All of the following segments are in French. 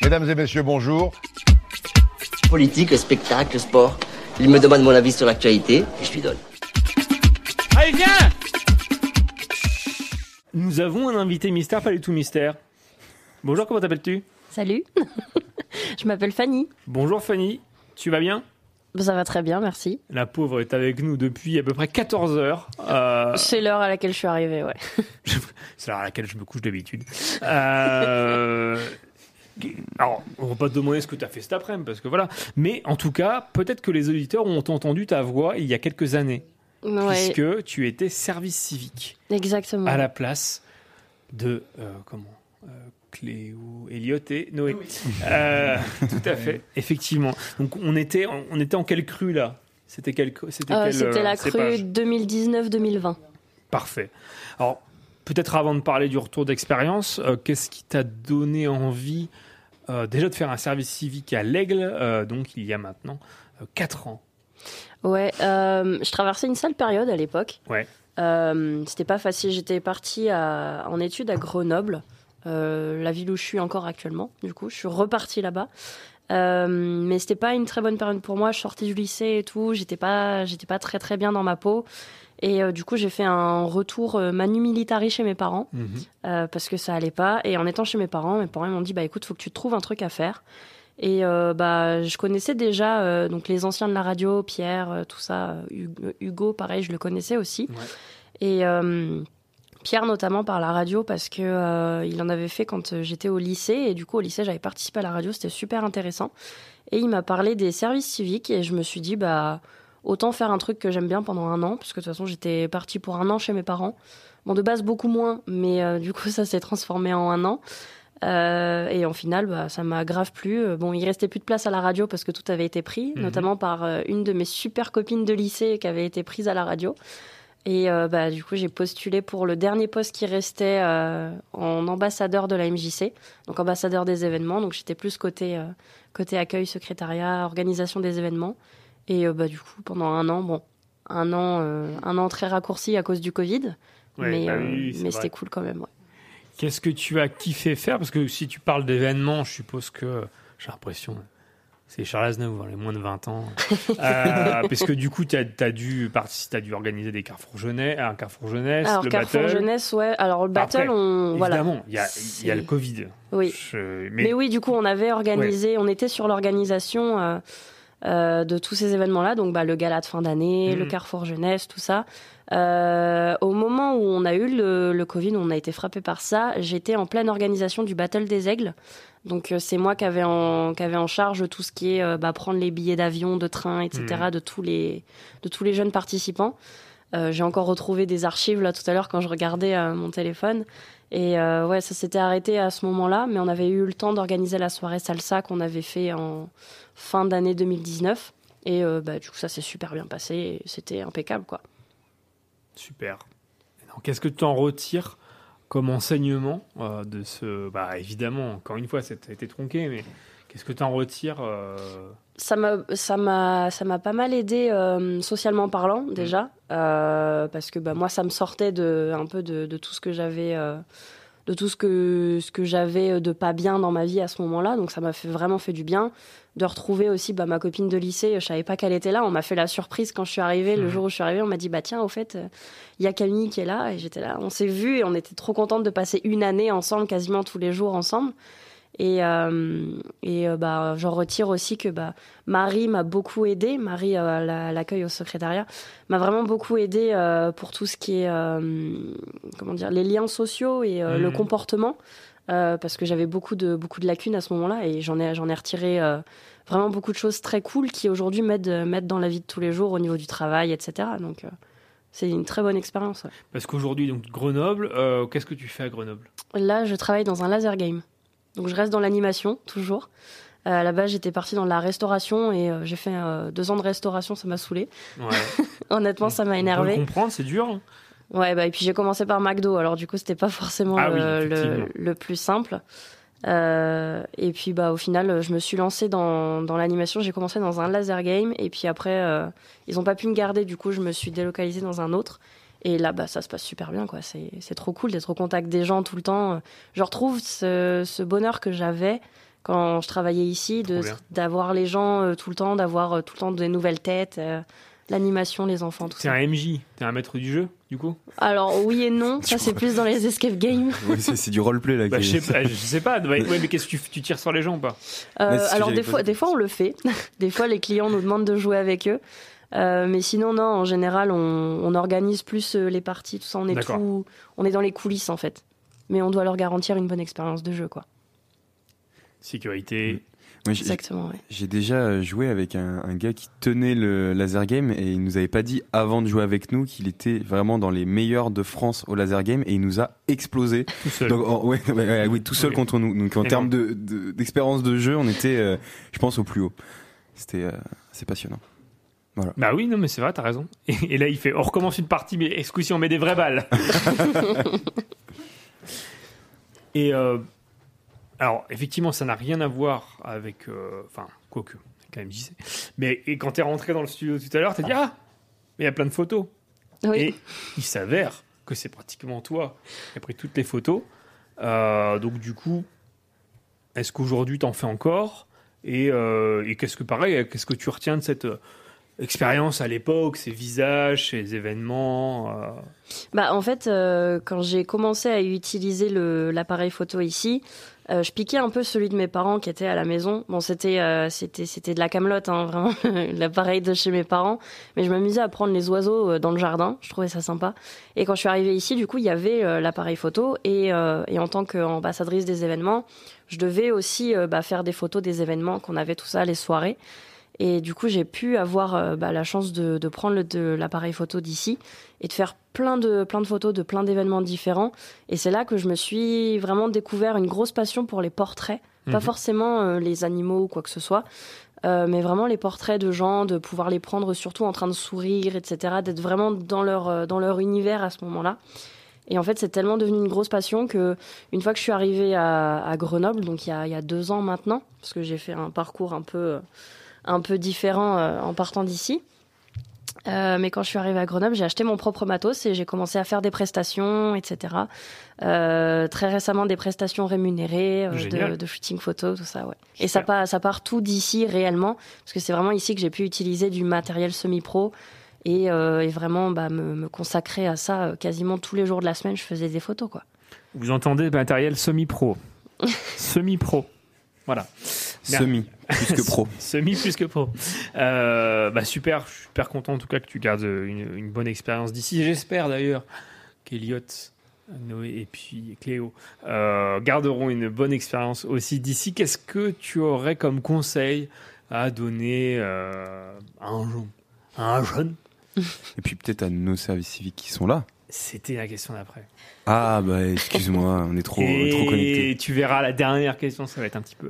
Mesdames et messieurs, bonjour. Politique, le spectacle, le sport. Il me demande mon avis sur l'actualité et je lui donne. Allez, viens! Nous avons un invité mystère, pas du tout mystère. Bonjour, comment t'appelles-tu? Salut, je m'appelle Fanny. Bonjour Fanny, tu vas bien? Ça va très bien, merci. La pauvre est avec nous depuis à peu près 14 heures. C'est l'heure à laquelle je suis arrivée, ouais. C'est l'heure à laquelle je me couche d'habitude. Alors, on va pas te demander ce que tu as fait cet après-midi, parce que voilà. Mais en tout cas, peut-être que les auditeurs ont entendu ta voix il y a quelques années. Ouais. Puisque tu étais service civique. Exactement. À la place de... Cléo, Elliot et Noé. Oui. Tout à fait, effectivement. Donc on était en quelle crue là? C'était la crue 2019-2020. Parfait. Alors peut-être avant de parler du retour d'expérience, qu'est-ce qui t'a donné envie déjà de faire un service civique à l'Aigle, donc il y a maintenant 4 ans? Ouais, je traversais une sale période à l'époque. Ouais. C'était pas facile. J'étais partie en études à Grenoble. La ville où je suis encore actuellement. Du coup, je suis repartie là-bas. Mais c'était pas une très bonne période pour moi. Je sortais du lycée et tout. J'étais pas très très bien dans ma peau. Et du coup, j'ai fait un retour manu militari chez mes parents parce que ça allait pas. Et en étant chez mes parents ils m'ont dit écoute, faut que tu te trouves un truc à faire. Et je connaissais déjà donc les anciens de la radio, Pierre, tout ça, Hugo, pareil, je le connaissais aussi. Ouais. Et Pierre notamment par la radio parce que il en avait fait quand j'étais au lycée et du coup au lycée j'avais participé à la radio, c'était super intéressant et il m'a parlé des services civiques et je me suis dit autant faire un truc que j'aime bien pendant 1 an parce que de toute façon j'étais partie pour 1 an chez mes parents, bon de base beaucoup moins mais du coup ça s'est transformé en 1 an et en final ça m'a grave plu. Bon, il restait plus de place à la radio parce que tout avait été pris, notamment par une de mes super copines de lycée qui avait été prise à la radio. Et du coup, j'ai postulé pour le dernier poste qui restait en ambassadeur de la MJC, donc ambassadeur des événements. Donc j'étais plus côté accueil, secrétariat, organisation des événements. Et du coup, pendant 1 an, un an très raccourci à cause du Covid, mais c'était cool quand même. Ouais. Qu'est-ce que tu as kiffé faire? Parce que si tu parles d'événements, je suppose que j'ai l'impression... C'est Charles Aznavour, les moins de 20 ans. Parce que du coup, tu as dû organiser des Carrefour Jeunesse, un Carrefour Jeunesse, alors, le Carrefour Battle. Jeunesse, ouais. Alors, le Battle, Après, évidemment, il y a le Covid. Oui. Mais oui, du coup, on avait organisé, on était sur l'organisation de tous ces événements-là. Donc, le gala de fin d'année, le Carrefour Jeunesse, tout ça. Au moment où on a eu le Covid, on a été frappé par ça. J'étais en pleine organisation du Battle des Aigles. Donc c'est moi qui avais en charge tout ce qui est prendre les billets d'avion, de train, etc. de tous les jeunes participants. J'ai encore retrouvé des archives là tout à l'heure quand je regardais mon téléphone. Et ça s'était arrêté à ce moment-là, mais on avait eu le temps d'organiser la soirée salsa qu'on avait fait en fin d'année 2019. Et du coup ça s'est super bien passé. Et c'était impeccable quoi. Super. Alors, qu'est-ce que tu en retires comme enseignement de ce... évidemment, encore une fois, ça a été tronqué, mais qu'est-ce que tu en retires Ça m'a pas mal aidé socialement parlant, déjà, parce que moi, ça me sortait un peu de tout ce que j'avais... de tout ce que j'avais de pas bien dans ma vie à ce moment-là. Donc ça m'a vraiment fait du bien de retrouver aussi ma copine de lycée. Je savais pas qu'elle était là. On m'a fait la surprise quand je suis arrivée. Le jour où je suis arrivée, on m'a dit tiens, au fait, il y a Camille qui est là. Et j'étais là. On s'est vus et on était trop contentes de passer 1 année ensemble, quasiment tous les jours ensemble. Et j'en retire aussi que Marie m'a beaucoup aidée. Marie, à l'accueil au secrétariat, m'a vraiment beaucoup aidée pour tout ce qui est les liens sociaux et le comportement, parce que j'avais beaucoup de lacunes à ce moment-là et j'en ai retiré vraiment beaucoup de choses très cool qui aujourd'hui m'aident dans la vie de tous les jours au niveau du travail, etc. Donc c'est une très bonne expérience. Ouais. Parce qu'aujourd'hui, donc Grenoble, qu'est-ce que tu fais à Grenoble? Là, je travaille dans un laser game. Donc je reste dans l'animation, toujours. À la base, j'étais partie dans la restauration et j'ai fait 2 ans de restauration, ça m'a saoulée. Ouais. Honnêtement, ça m'a énervée. On peut le comprendre, c'est dur. Ouais, et puis j'ai commencé par McDo, alors du coup, c'était pas forcément le plus simple. Et puis au final, je me suis lancée dans l'animation. J'ai commencé dans un laser game et puis après, ils ont pas pu me garder, du coup, je me suis délocalisée dans un autre. Et là, ça se passe super bien, quoi. C'est trop cool d'être au contact des gens tout le temps. Je retrouve ce bonheur que j'avais quand je travaillais ici, d'avoir les gens tout le temps, d'avoir tout le temps des nouvelles têtes, l'animation, les enfants, tout ça. C'est un MJ, t'es un maître du jeu, du coup? Alors oui et non, ça c'est plus dans les escape games. Oui, c'est du roleplay là. Je sais pas, ouais, mais qu'est-ce que tu tires sur les gens ou pas? Alors des fois on le fait. Des fois les clients nous demandent de jouer avec eux. Mais sinon non, en général on organise plus les parties, tout ça. On est dans les coulisses en fait. Mais on doit leur garantir une bonne expérience de jeu, quoi. Sécurité. Moi, exactement, ouais. J'ai déjà joué avec un gars qui tenait le laser game et il nous avait pas dit avant de jouer avec nous qu'il était vraiment dans les meilleurs de France au laser game et il nous a explosé. Tout seul. Donc, oui, tout seul contre nous. Donc en termes d'expérience de jeu, on était, je pense, au plus haut. C'était assez passionnant. Voilà. Bah oui, non, mais c'est vrai, t'as raison. Et là, il fait, on recommence une partie, mais ce coup-ci, on met des vraies balles. Et alors, effectivement, ça n'a rien à voir avec... Enfin, quoique, c'est quand même JC. Mais et quand t'es rentré dans le studio tout à l'heure, t'as dit « Ah, mais il y a plein de photos. Oui. » Et il s'avère que c'est pratiquement toi qui as pris toutes les photos. Donc, du coup, est-ce qu'aujourd'hui, t'en fais encore ? Et qu'est-ce que tu retiens de cette... expérience à l'époque, ces visages, ces événements En fait, quand j'ai commencé à utiliser l'appareil photo ici, je piquais un peu celui de mes parents qui était à la maison. Bon, c'était de la camelote, hein, vraiment, l'appareil de chez mes parents. Mais je m'amusais à prendre les oiseaux dans le jardin. Je trouvais ça sympa. Et quand je suis arrivée ici, du coup, il y avait l'appareil photo. Et en tant qu'ambassadrice des événements, je devais aussi faire des photos des événements qu'on avait, tout ça, les soirées. Et du coup, j'ai pu avoir la chance de prendre l'appareil photo d'ici et de faire plein de photos de plein d'événements différents. Et c'est là que je me suis vraiment découvert une grosse passion pour les portraits. Pas forcément les animaux ou quoi que ce soit, mais vraiment les portraits de gens, de pouvoir les prendre surtout en train de sourire, etc., d'être vraiment dans leur univers à ce moment-là. Et en fait, c'est tellement devenu une grosse passion que une fois que je suis arrivée à Grenoble, donc il y a 2 ans maintenant, parce que j'ai fait un parcours un peu différent en partant d'ici. Mais quand je suis arrivée à Grenoble, j'ai acheté mon propre matos et j'ai commencé à faire des prestations, etc. Très récemment, des prestations rémunérées, de shooting photo, tout ça, ouais. Et ça part tout d'ici réellement, parce que c'est vraiment ici que j'ai pu utiliser du matériel semi-pro et vraiment me consacrer à ça quasiment tous les jours de la semaine. Je faisais des photos, quoi. Vous entendez matériel semi-pro. Semi-pro. Voilà. Semi, plus que pro. Semi, plus que pro. Super, je suis super content en tout cas que tu gardes une bonne expérience d'ici. J'espère d'ailleurs qu'Eliott, Noé et puis Cléo garderont une bonne expérience aussi d'ici. Qu'est-ce que tu aurais comme conseil à donner à un jeune Et puis peut-être à nos services civiques qui sont là. C'était la question d'après. Ah, excuse-moi, on est trop connectés. Et tu verras, la dernière question, ça va être un petit peu...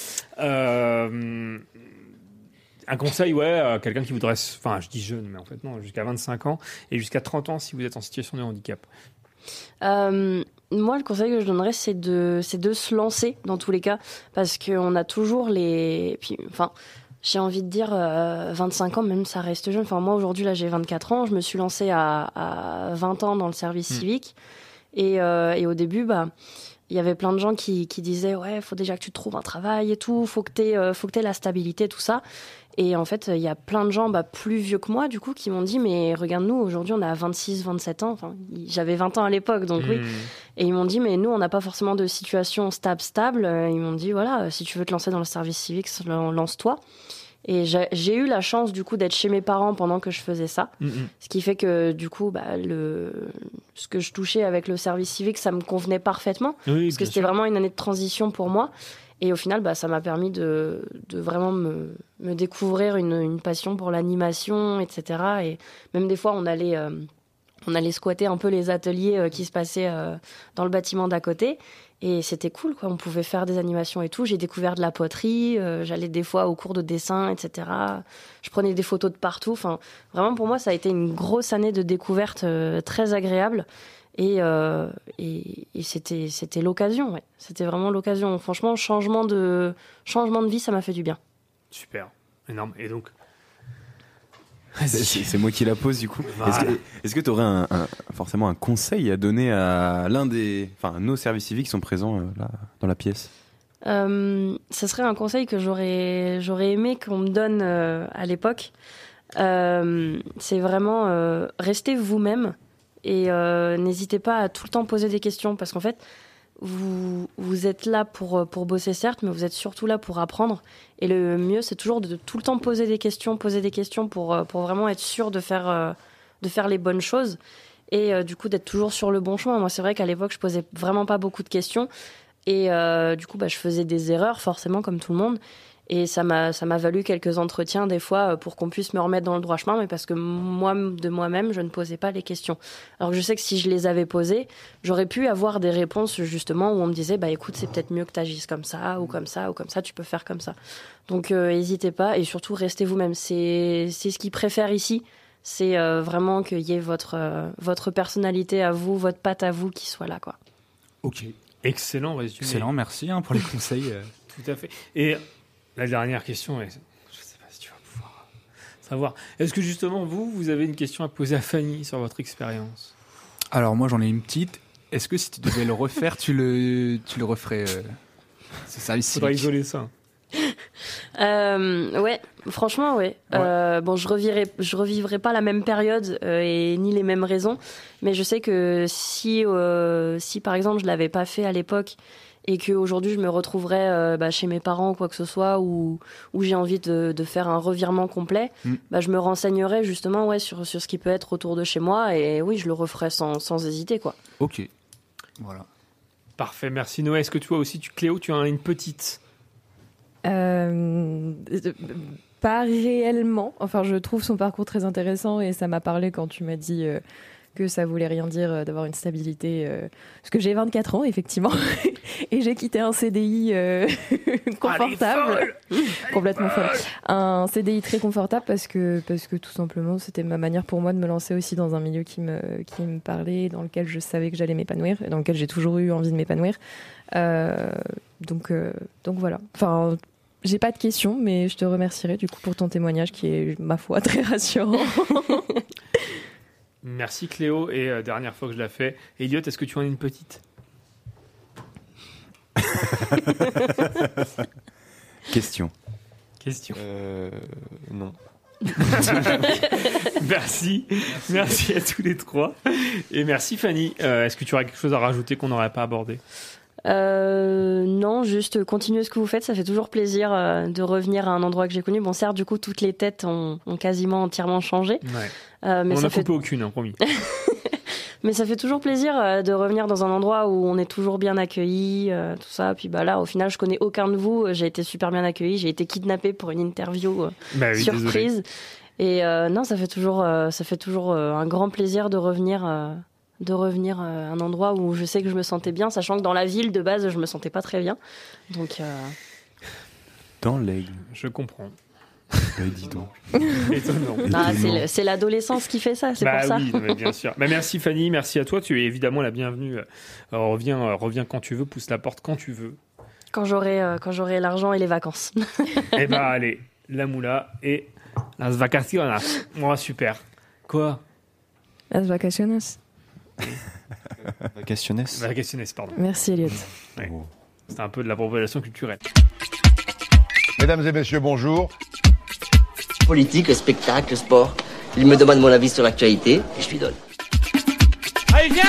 un conseil, à quelqu'un qui voudrait... Enfin, je dis jeune, mais en fait, non, jusqu'à 25 ans et jusqu'à 30 ans si vous êtes en situation de handicap. Moi, le conseil que je donnerais, c'est de se lancer, dans tous les cas, parce qu'on a toujours j'ai envie de dire 25 ans, même ça reste jeune. Enfin, moi, aujourd'hui, là, j'ai 24 ans. Je me suis lancée à 20 ans dans le service civique. Et au début, il y avait plein de gens qui disaient « Ouais, faut déjà que tu te trouves un travail et tout. Faut que t'aies la stabilité, tout ça. » Et en fait, il y a plein de gens plus vieux que moi, du coup, qui m'ont dit « Mais regarde-nous, aujourd'hui, on a 26, 27 ans. » Enfin, j'avais 20 ans à l'époque, donc oui. Et ils m'ont dit « Mais nous, on n'a pas forcément de situation stable. » Ils m'ont dit « Voilà, si tu veux te lancer dans le service civique, lance-toi. » Et j'ai eu la chance, du coup, d'être chez mes parents pendant que je faisais ça. Ce qui fait que, du coup, ce que je touchais avec le service civique, ça me convenait parfaitement. Oui, parce que c'était vraiment une année de transition pour moi. Et au final, ça m'a permis de vraiment me découvrir une passion pour l'animation, etc. Et même des fois, on allait squatter un peu les ateliers qui se passaient dans le bâtiment d'à côté. Et c'était cool, quoi. On pouvait faire des animations et tout. J'ai découvert de la poterie. J'allais des fois au cours de dessin, etc. Je prenais des photos de partout. Enfin, vraiment, pour moi, ça a été une grosse année de découverte très agréable. Et c'était l'occasion, ouais. C'était vraiment l'occasion. Franchement, changement de vie, ça m'a fait du bien. Super, énorme. Et donc, c'est moi qui la pose du coup. Voilà. Est-ce que tu aurais forcément un conseil à donner à nos services civiques qui sont présents là dans la pièce? Ça serait un conseil que j'aurais aimé qu'on me donne à l'époque. C'est vraiment restez vous-même et n'hésitez pas à tout le temps poser des questions parce qu'en fait, vous êtes là pour bosser certes, mais vous êtes surtout là pour apprendre. Et le mieux, c'est toujours de tout le temps poser des questions pour vraiment être sûr de faire les bonnes choses et du coup d'être toujours sur le bon chemin. Moi, c'est vrai qu'à l'époque, je posais vraiment pas beaucoup de questions. Et du coup, je faisais des erreurs, forcément, comme tout le monde. Et ça m'a valu quelques entretiens, des fois, pour qu'on puisse me remettre dans le droit chemin, mais parce que moi, de moi-même, je ne posais pas les questions. Alors que je sais que si je les avais posées, j'aurais pu avoir des réponses, justement, où on me disait, écoute, c'est peut-être mieux que tu agisses comme ça, ou comme ça, tu peux faire comme ça. Donc, n'hésitez pas, et surtout, restez vous-même. C'est ce qu'ils préfèrent ici. C'est vraiment qu'il y ait votre personnalité à vous, votre patte à vous qui soit là, quoi. Ok. Excellent résumé. Excellent, merci pour les conseils. Tout à fait. Et la dernière question, je ne sais pas si tu vas pouvoir savoir. Est-ce que justement, vous avez une question à poser à Fanny sur votre expérience ? Alors moi, j'en ai une petite. Est-ce que si tu devais le refaire, tu le referais ce service civique ? Faudra isoler ça. Ouais, franchement, ouais. Je revivrai pas la même période et ni les mêmes raisons, mais je sais que si par exemple je l'avais pas fait à l'époque et qu'aujourd'hui je me retrouverais chez mes parents ou quoi que ce soit, ou j'ai envie de faire un revirement complet, je me renseignerais justement sur ce qui peut être autour de chez moi, et oui, je le referais sans hésiter, quoi. Ok, voilà. Parfait, merci Noé. Est-ce que toi aussi, Cléo, tu as une petite ? Pas réellement. Enfin, je trouve son parcours très intéressant et ça m'a parlé quand tu m'as dit que ça voulait rien dire d'avoir une stabilité. Parce que j'ai 24 ans, effectivement, et j'ai quitté un CDI confortable. Complètement folle. Un CDI très confortable parce que tout simplement, c'était ma manière pour moi de me lancer aussi dans un milieu qui me parlait, dans lequel je savais que j'allais m'épanouir et dans lequel j'ai toujours eu envie de m'épanouir. Donc voilà. Enfin, j'ai pas de questions, mais je te remercierai du coup pour ton témoignage qui est, ma foi, très rassurant. Merci Cléo. Et dernière fois que je la fais, Elliot, est-ce que tu en as une petite ? Question. Non. Merci à tous les trois. Et merci Fanny. Est-ce que tu aurais quelque chose à rajouter qu'on n'aurait pas abordé ? Non, juste continuez ce que vous faites, ça fait toujours plaisir de revenir à un endroit que j'ai connu. Bon, certes, du coup, toutes les têtes ont quasiment entièrement changé. Ouais. Mais on n'a coupé aucune, promis. Mais ça fait toujours plaisir de revenir dans un endroit où on est toujours bien accueilli, tout ça. Puis là, au final, je connais aucun de vous. J'ai été super bien accueilli. J'ai été kidnappée pour une interview surprise. Désolé. Et non, ça fait toujours un grand plaisir de revenir à un endroit où je sais que je me sentais bien, sachant que dans la ville, de base, je me sentais pas très bien. Donc, Dans l'aigle. Je comprends. Dis donc. Étonnant. C'est l'adolescence qui fait ça, c'est pour ça. Oui, mais bien sûr. Merci Fanny, merci à toi. Tu es évidemment la bienvenue. Reviens quand tu veux, pousse la porte quand tu veux. Quand j'aurai l'argent et les vacances. Eh ben allez, la moula et las vacaciones. Moi, super. Quoi ? Las vacaciones. Vacaciones, pardon. Merci Elliot. Ouais. C'est un peu de l'appropriation culturelle. Mesdames et messieurs, bonjour. Politique, spectacle, sport. Il me demande mon avis sur l'actualité et je lui donne. Allez, viens !